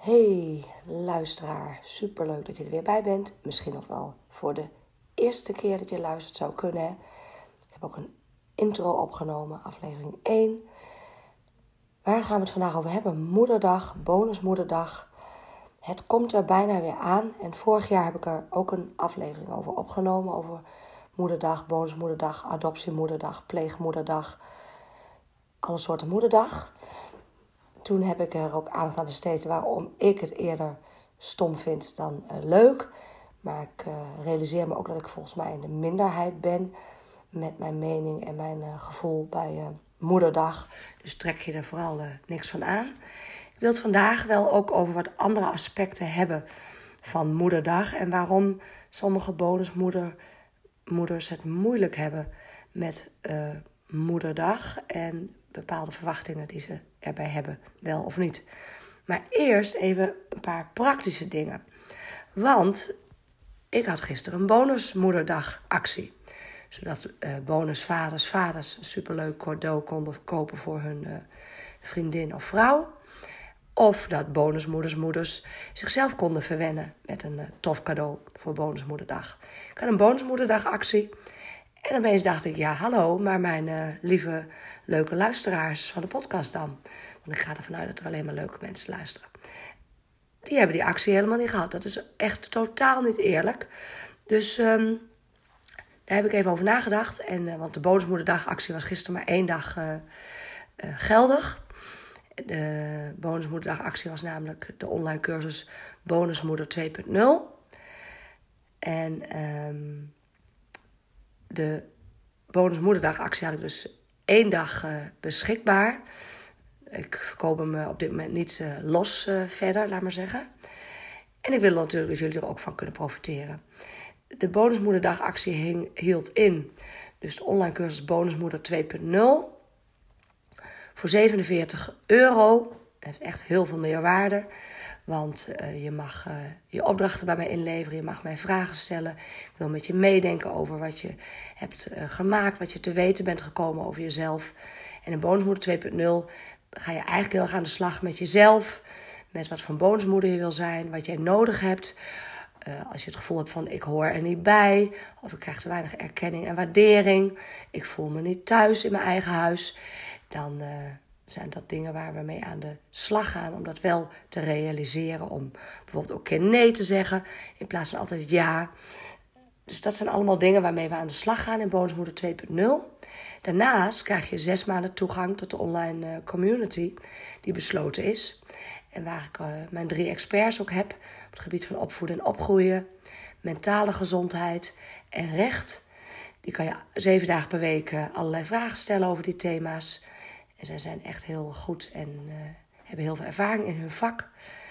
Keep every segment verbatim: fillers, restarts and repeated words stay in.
Hey luisteraar, superleuk dat je er weer bij bent. Misschien nog wel voor de eerste keer dat je luistert zou kunnen. Hè? Ik heb ook een intro opgenomen, aflevering één. Waar gaan we het vandaag over hebben? Moederdag, bonusmoederdag. Het komt er bijna weer aan. En vorig jaar heb ik er ook een aflevering over opgenomen. Over moederdag, bonusmoederdag, adoptiemoederdag, pleegmoederdag. Alle soorten moederdag. Toen heb ik er ook aandacht aan besteed waarom ik het eerder stom vind dan uh, leuk. Maar ik uh, realiseer me ook dat ik volgens mij in de minderheid ben met mijn mening en mijn uh, gevoel bij uh, moederdag. Dus trek je er vooral uh, niks van aan. Ik wil het vandaag wel ook over wat andere aspecten hebben van moederdag. En waarom sommige bonusmoeders het moeilijk hebben met uh, moederdag. En bepaalde verwachtingen die ze erbij hebben, wel of niet. Maar eerst even een paar praktische dingen. Want ik had gisteren een bonusmoederdagactie. Zodat uh, bonusvaders, vaders een superleuk cadeau konden kopen voor hun uh, vriendin of vrouw. Of dat bonusmoeders, moeders zichzelf konden verwennen met een uh, tof cadeau voor bonusmoederdag. Ik had een bonusmoederdagactie. En opeens dacht ik, ja hallo, maar mijn uh, lieve leuke luisteraars van de podcast dan. Want ik ga ervan uit dat er alleen maar leuke mensen luisteren. Die hebben die actie helemaal niet gehad. Dat is echt totaal niet eerlijk. Dus um, daar heb ik even over nagedacht. En, uh, want de bonusmoederdagactie was gisteren maar één dag uh, uh, geldig. De bonusmoederdagactie was namelijk de online cursus Bonusmoeder twee punt nul. En Um, De bonusmoederdagactie had ik dus één dag uh, beschikbaar. Ik verkoop hem uh, op dit moment niet uh, los uh, verder, laat maar zeggen. En ik wil natuurlijk dat jullie er ook van kunnen profiteren. De bonusmoederdagactie hing, hield in. Dus de online cursus Bonusmoeder twee punt nul. Voor zevenenveertig euro. Dat heeft echt heel veel meer waarde. Want uh, je mag uh, je opdrachten bij mij inleveren. Je mag mij vragen stellen. Ik wil met je meedenken over wat je hebt uh, gemaakt. Wat je te weten bent gekomen over jezelf. En in Bonusmoeder twee punt nul ga je eigenlijk heel erg aan de slag met jezelf. Met wat voor bonusmoeder je wil zijn. Wat jij nodig hebt. Uh, als je het gevoel hebt van ik hoor er niet bij. Of ik krijg te weinig erkenning en waardering. Ik voel me niet thuis in mijn eigen huis. Dan Uh, zijn dat dingen waar we mee aan de slag gaan om dat wel te realiseren. Om bijvoorbeeld ook een keer nee te zeggen in plaats van altijd ja. Dus dat zijn allemaal dingen waarmee we aan de slag gaan in Bonusmoeder twee punt nul. Daarnaast krijg je zes maanden toegang tot de online uh, community die besloten is. En waar ik uh, mijn drie experts ook heb op het gebied van opvoeden en opgroeien, mentale gezondheid en recht. Die kan je zeven dagen per week uh, allerlei vragen stellen over die thema's. En zij zijn echt heel goed en uh, hebben heel veel ervaring in hun vak.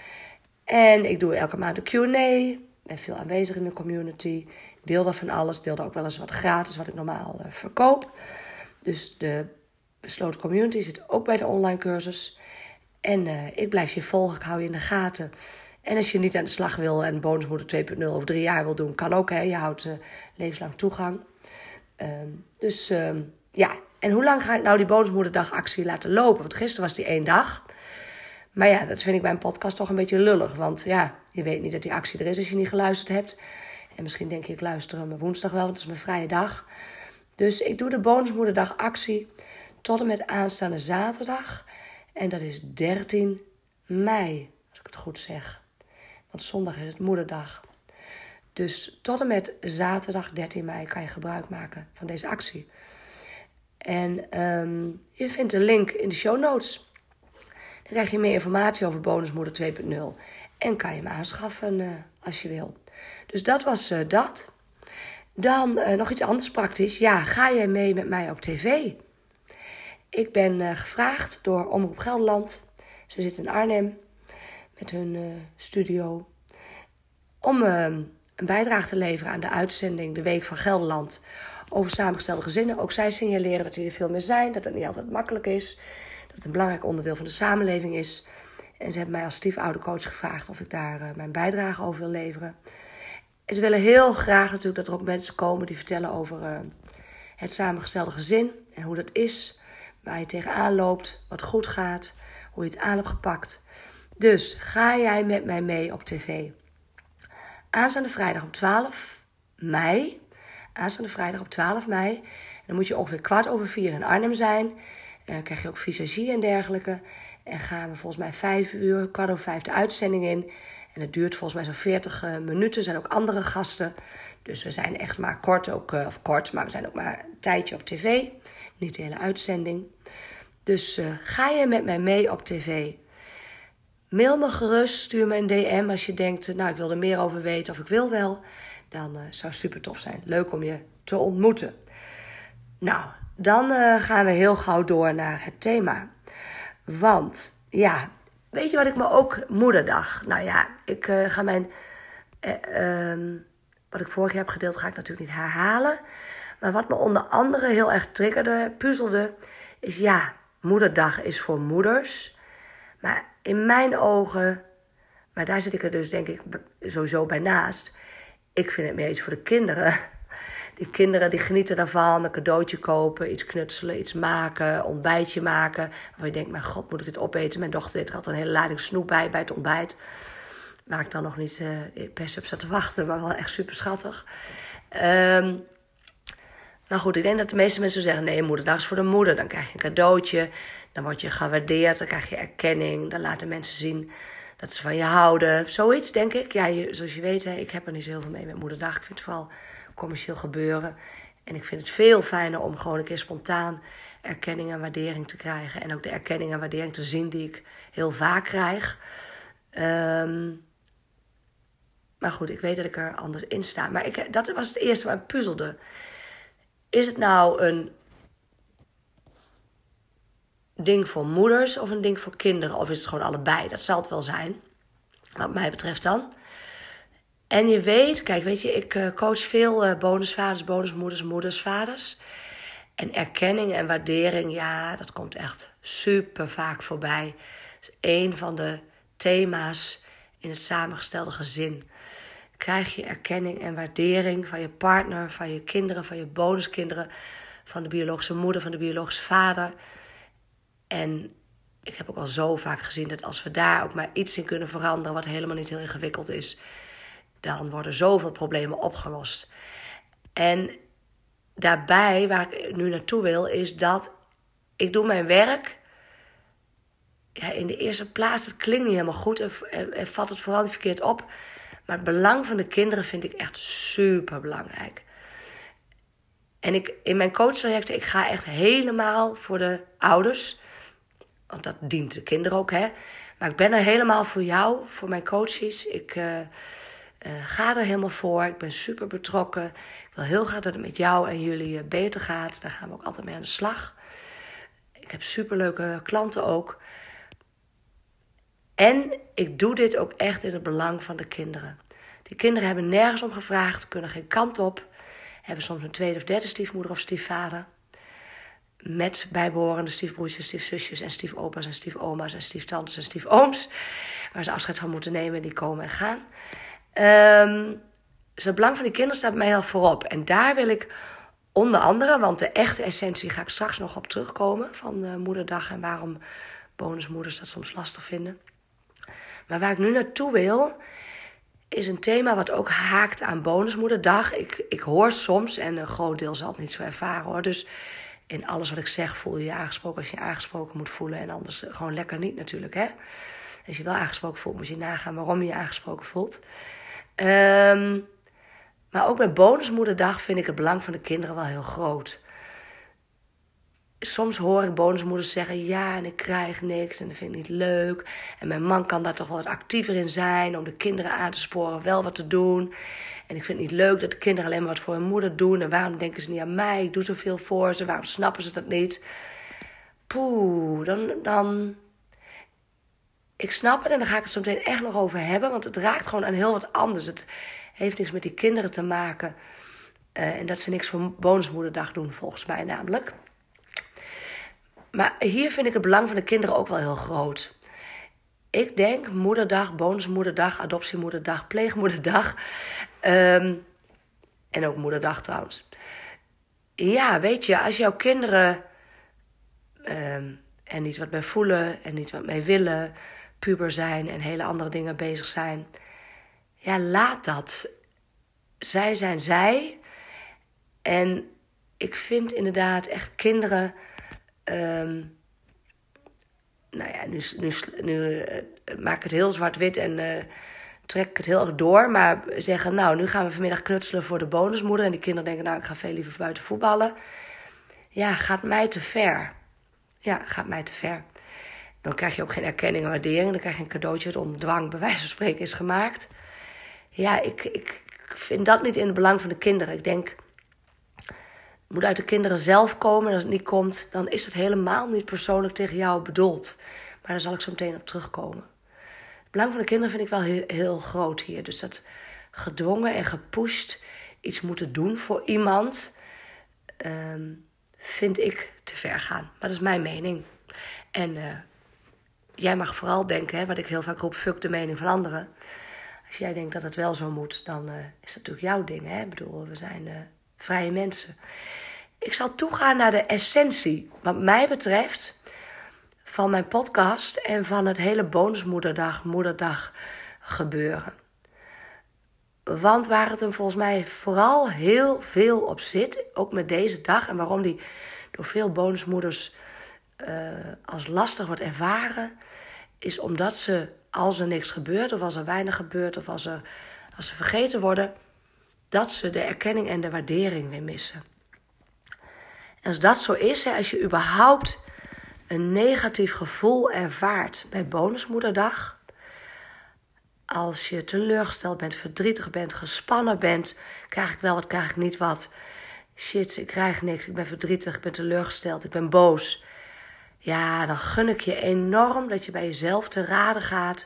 En ik doe elke maand een Q en A. Ik ben veel aanwezig in de community. Ik deel daar van alles. Ik deel daar ook wel eens wat gratis, wat ik normaal uh, verkoop. Dus de besloten community zit ook bij de online cursus. En uh, ik blijf je volgen. Ik hou je in de gaten. En als je niet aan de slag wil en Bonusmoeder twee punt nul over drie jaar wil doen, kan ook. Hè? Je houdt uh, levenslang toegang. Uh, dus uh, ja... En hoe lang ga ik nou die bonusmoederdagactie laten lopen? Want gisteren was die één dag. Maar ja, dat vind ik bij een podcast toch een beetje lullig. Want ja, je weet niet dat die actie er is als je niet geluisterd hebt. En misschien denk je, ik luister hem woensdag wel, want het is mijn vrije dag. Dus ik doe de bonusmoederdagactie tot en met aanstaande zaterdag. En dat is dertien mei, als ik het goed zeg. Want zondag is het moederdag. Dus tot en met zaterdag dertien mei kan je gebruik maken van deze actie. En um, je vindt de link in de show notes. Dan krijg je meer informatie over Bonusmoeder twee punt nul. En kan je hem aanschaffen uh, als je wil. Dus dat was uh, dat. Dan uh, nog iets anders praktisch. Ja, ga jij mee met mij op tv? Ik ben uh, gevraagd door Omroep Gelderland. Ze zitten in Arnhem met hun uh, studio. Om uh, een bijdrage te leveren aan de uitzending De Week van Gelderland over samengestelde gezinnen. Ook zij signaleren dat die er veel meer zijn. Dat het niet altijd makkelijk is. Dat het een belangrijk onderdeel van de samenleving is. En ze hebben mij als stiefoudercoach gevraagd of ik daar uh, mijn bijdrage over wil leveren. En ze willen heel graag natuurlijk dat er ook mensen komen die vertellen over uh, het samengestelde gezin. En hoe dat is. Waar je tegenaan loopt. Wat goed gaat. Hoe je het aan hebt gepakt. Dus ga jij met mij mee op tv? Aanstaande vrijdag op twaalf mei. Aanstaande vrijdag op twaalf mei. En dan moet je ongeveer kwart over vier in Arnhem zijn. En dan krijg je ook visagie en dergelijke. En gaan we volgens mij vijf uur, kwart over vijf de uitzending in. En het duurt volgens mij zo'n veertig uh, minuten. Er zijn ook andere gasten. Dus we zijn echt maar kort, ook, uh, of kort, maar we zijn ook maar een tijdje op tv. Niet de hele uitzending. Dus uh, ga je met mij mee op tv? Mail me gerust, stuur me een D M als je denkt, nou ik wil er meer over weten of ik wil wel. Dan uh, zou het super tof zijn. Leuk om je te ontmoeten. Nou, dan uh, gaan we heel gauw door naar het thema. Want, ja, weet je wat ik me ook... Moederdag. Nou ja, ik uh, ga mijn... Uh, um, wat ik vorig jaar heb gedeeld, ga ik natuurlijk niet herhalen. Maar wat me onder andere heel erg triggerde, puzzelde, is ja, Moederdag is voor moeders. Maar in mijn ogen, maar daar zit ik er dus denk ik sowieso bij naast. Ik vind het meer iets voor de kinderen. Die kinderen die genieten daarvan, een cadeautje kopen, iets knutselen, iets maken, ontbijtje maken. Waar je denkt, mijn god, moet ik dit opeten? Mijn dochter deed er altijd een hele lading snoep bij, bij het ontbijt. Waar ik dan nog niet uh, per se op zat te wachten, maar wel echt super schattig. Um, nou goed, ik denk dat de meeste mensen zeggen, nee, moederdag is voor de moeder. Dan krijg je een cadeautje, dan word je gewaardeerd, dan krijg je erkenning. Dan laten mensen zien dat ze van je houden. Zoiets, denk ik. Ja, je, zoals je weet, hè, ik heb er niet zo heel veel mee met moederdag. Ik vind het vooral commercieel gebeuren. En ik vind het veel fijner om gewoon een keer spontaan erkenning en waardering te krijgen. En ook de erkenning en waardering te zien die ik heel vaak krijg. Um, maar goed, ik weet dat ik er anders in sta. Maar ik, dat was het eerste waar ik puzzelde. Is het nou een ding voor moeders of een ding voor kinderen? Of is het gewoon allebei? Dat zal het wel zijn. Wat mij betreft dan. En je weet, kijk, weet je, ik uh, coach veel uh, bonusvaders, bonusmoeders, moeders, vaders. En erkenning en waardering, ja, dat komt echt super vaak voorbij. Dat is één van de thema's in het samengestelde gezin. Krijg je erkenning en waardering van je partner, van je kinderen, van je bonuskinderen, van de biologische moeder, van de biologische vader. En ik heb ook al zo vaak gezien dat als we daar ook maar iets in kunnen veranderen, wat helemaal niet heel ingewikkeld is, dan worden zoveel problemen opgelost. En daarbij, waar ik nu naartoe wil, is dat ik doe mijn werk. Ja, in de eerste plaats, dat klinkt niet helemaal goed en, en, en vat het vooral niet verkeerd op. Maar het belang van de kinderen vind ik echt super belangrijk. En ik, in mijn coachtrajecten, ik ga echt helemaal voor de ouders. Want dat dient de kinderen ook, hè. Maar ik ben er helemaal voor jou, voor mijn coaches. Ik uh, uh, ga er helemaal voor. Ik ben super betrokken. Ik wil heel graag dat het met jou en jullie uh, beter gaat. Daar gaan we ook altijd mee aan de slag. Ik heb superleuke klanten ook. En ik doe dit ook echt in het belang van de kinderen. Die kinderen hebben nergens om gevraagd, kunnen geen kant op. Hebben soms een tweede of derde stiefmoeder of stiefvader. Met bijbehorende stiefbroertjes, stiefzusjes en stiefopa's en stiefoma's en stieftantes en stiefooms. Waar ze afscheid van moeten nemen, die komen en gaan. Um, dus het belang van die kinderen staat bij mij heel voorop. En daar wil ik onder andere, want de echte essentie ga ik straks nog op terugkomen. Van uh, moederdag en waarom bonusmoeders dat soms lastig vinden. Maar waar ik nu naartoe wil, is een thema wat ook haakt aan bonusmoederdag. Ik, ik hoor soms, en een groot deel zal het niet zo ervaren hoor. Dus in alles wat ik zeg voel je je aangesproken als je je aangesproken moet voelen. En anders gewoon lekker niet natuurlijk, hè. Als je wel aangesproken voelt, moet je nagaan waarom je je aangesproken voelt. Um, maar ook bij bonusmoederdag vind ik het belang van de kinderen wel heel groot. Soms hoor ik bonusmoeders zeggen, ja, en ik krijg niks en dat vind ik niet leuk. En mijn man kan daar toch wel wat actiever in zijn om de kinderen aan te sporen wel wat te doen. En ik vind het niet leuk dat de kinderen alleen maar wat voor hun moeder doen. En waarom denken ze niet aan mij? Ik doe zoveel voor ze. Waarom snappen ze dat niet? Poeh, dan... dan... Ik snap het en daar ga ik het zo meteen echt nog over hebben. Want het raakt gewoon aan heel wat anders. Het heeft niks met die kinderen te maken. Uh, en dat ze niks voor bonusmoederdag doen, volgens mij namelijk. Maar hier vind ik het belang van de kinderen ook wel heel groot. Ik denk moederdag, bonusmoederdag, adoptiemoederdag, pleegmoederdag. Um, en ook moederdag trouwens. Ja, weet je, als jouw kinderen um, er niet wat bij voelen en niet wat mee willen, puber zijn en hele andere dingen bezig zijn. Ja, laat dat. Zij zijn zij. En ik vind inderdaad echt kinderen... Um, nou ja, nu, nu, nu uh, maak ik het heel zwart-wit en uh, trek ik het heel erg door. Maar zeggen, nou, nu gaan we vanmiddag knutselen voor de bonusmoeder. En die kinderen denken, nou, ik ga veel liever buiten voetballen. Ja, gaat mij te ver. Ja, gaat mij te ver. Dan krijg je ook geen erkenning en waardering. Dan krijg je een cadeautje dat onder dwang, bij wijze van spreken, is gemaakt. Ja, ik, ik vind dat niet in het belang van de kinderen. Ik denk, het moet uit de kinderen zelf komen. En als het niet komt, dan is het helemaal niet persoonlijk tegen jou bedoeld. Maar daar zal ik zo meteen op terugkomen. Het belang van de kinderen vind ik wel heel, heel groot hier. Dus dat gedwongen en gepusht iets moeten doen voor iemand... Um, vind ik te ver gaan. Maar dat is mijn mening. En uh, jij mag vooral denken, hè, wat ik heel vaak roep, fuck de mening van anderen. Als jij denkt dat het wel zo moet, dan uh, is dat natuurlijk jouw ding. Hè? Ik bedoel, we zijn uh, vrije mensen. Ik zal toegaan naar de essentie, wat mij betreft, van mijn podcast en van het hele bonusmoederdag, moederdag gebeuren. Want waar het hem volgens mij vooral heel veel op zit, ook met deze dag, en waarom die door veel bonusmoeders uh, als lastig wordt ervaren, is omdat ze, als er niks gebeurt, of als er weinig gebeurt, of als, er, als ze vergeten worden, dat ze de erkenning en de waardering weer missen. En als dat zo is, hè, als je überhaupt een negatief gevoel ervaart bij bonusmoederdag, als je teleurgesteld bent, verdrietig bent, gespannen bent, krijg ik wel wat, krijg ik niet wat. Shit, ik krijg niks, ik ben verdrietig, ik ben teleurgesteld, ik ben boos. Ja, dan gun ik je enorm dat je bij jezelf te raden gaat.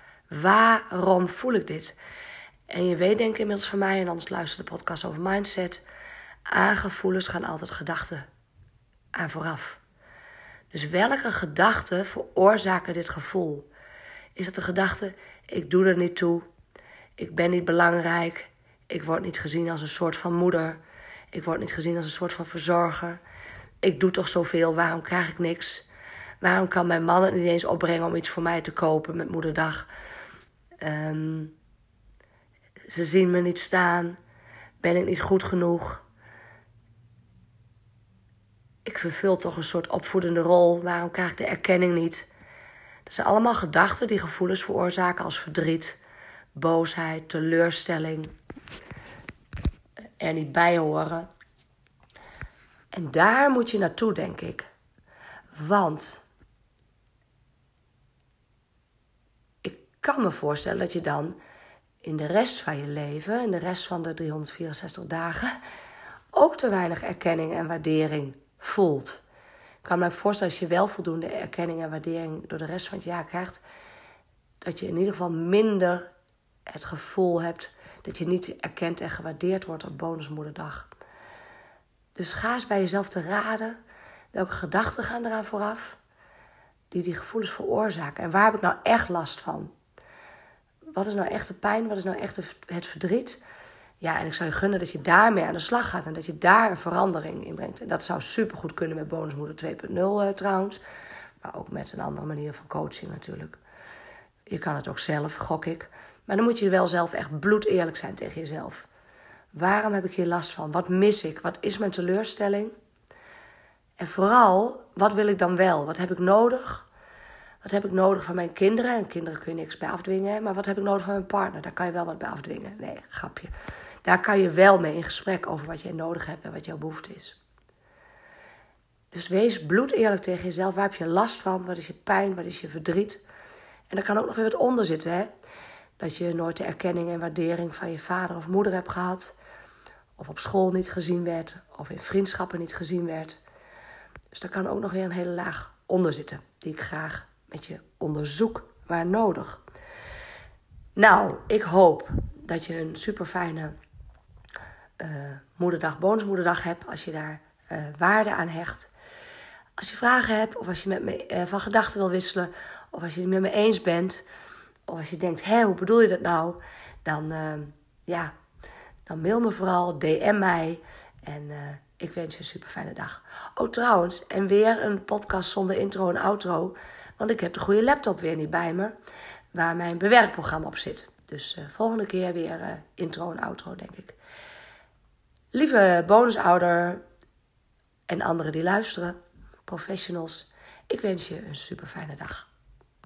Waarom voel ik dit? En je weet denk ik inmiddels van mij, en anders luister de podcast over mindset. Aan gevoelens gaan altijd gedachten aan vooraf. Dus welke gedachten veroorzaken dit gevoel? Is dat de gedachte, ik doe er niet toe, ik ben niet belangrijk, ik word niet gezien als een soort van moeder, ik word niet gezien als een soort van verzorger, ik doe toch zoveel, waarom krijg ik niks? Waarom kan mijn man het niet eens opbrengen om iets voor mij te kopen met moederdag? Um, ze zien me niet staan, ben ik niet goed genoeg? Ik vervul toch een soort opvoedende rol, waarom krijg ik de erkenning niet? Dat zijn allemaal gedachten die gevoelens veroorzaken als verdriet, boosheid, teleurstelling, er niet bij horen. En daar moet je naartoe, denk ik. Want ik kan me voorstellen dat je dan in de rest van je leven, in de rest van de driehonderdvierenzestig dagen, ook te weinig erkenning en waardering voelt. Ik kan me voorstellen als je wel voldoende erkenning en waardering door de rest van het jaar krijgt, dat je in ieder geval minder het gevoel hebt dat je niet erkend en gewaardeerd wordt op bonusmoederdag. Dus ga eens bij jezelf te raden, welke gedachten gaan eraan vooraf die die gevoelens veroorzaken. En waar heb ik nou echt last van? Wat is nou echt de pijn? Wat is nou echt het verdriet? Ja, en ik zou je gunnen dat je daarmee aan de slag gaat en dat je daar een verandering in brengt. En dat zou supergoed kunnen met bonusmoeder twee punt nul uh, trouwens. Maar ook met een andere manier van coaching natuurlijk. Je kan het ook zelf, gok ik. Maar dan moet je wel zelf echt bloedeerlijk zijn tegen jezelf. Waarom heb ik hier last van? Wat mis ik? Wat is mijn teleurstelling? En vooral, wat wil ik dan wel? Wat heb ik nodig? Wat heb ik nodig van mijn kinderen? En kinderen kun je niks bij afdwingen. Maar wat heb ik nodig van mijn partner? Daar kan je wel wat bij afdwingen. Nee, grapje. Daar kan je wel mee in gesprek over wat jij nodig hebt en wat jouw behoefte is. Dus wees bloedeerlijk tegen jezelf. Waar heb je last van? Wat is je pijn? Wat is je verdriet? En er kan ook nog weer wat onder zitten, hè? Dat je nooit de erkenning en waardering van je vader of moeder hebt gehad. Of op school niet gezien werd. Of in vriendschappen niet gezien werd. Dus daar kan ook nog weer een hele laag onder zitten. Die ik graag met je onderzoek waar nodig. Nou, ik hoop dat je een super fijne uh, moederdag, bonusmoederdag hebt. Als je daar uh, waarde aan hecht. Als je vragen hebt of als je met me uh, van gedachten wil wisselen. Of als je het met me eens bent. Of als je denkt, hé, hoe bedoel je dat nou? Dan, uh, ja, dan mail me vooral, D M mij. En uh, Ik wens je een super fijne dag. Oh, trouwens, en weer een podcast zonder intro en outro. Want ik heb de goede laptop weer niet bij me, waar mijn bewerkprogramma op zit. Dus uh, volgende keer weer uh, intro en outro, denk ik. Lieve bonusouder en anderen die luisteren, professionals, ik wens je een super fijne dag.